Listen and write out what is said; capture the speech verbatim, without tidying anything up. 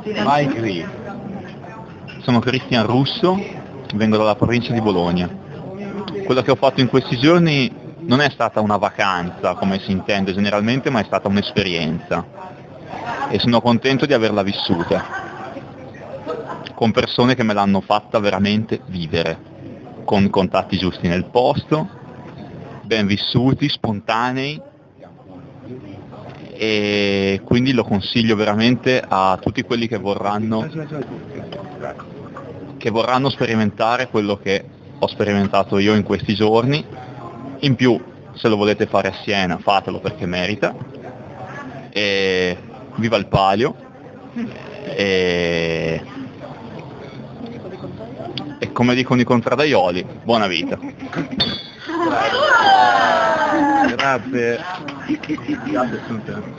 Mike Lee. Sono Cristian Russo, vengo dalla provincia di Bologna. Quello che ho fatto in questi giorni non è stata una vacanza, come si intende generalmente, ma è stata un'esperienza. E sono contento di averla vissuta, con persone che me l'hanno fatta veramente vivere, con contatti giusti nel posto, ben vissuti, spontanei, e quindi lo consiglio veramente a tutti quelli che vorranno che vorranno sperimentare quello che ho sperimentato io in questi giorni. In più, se lo volete fare a Siena, fatelo perché merita. E viva il Palio, e, e come dicono i contradaioli, buona vita. Grazie. Grazie.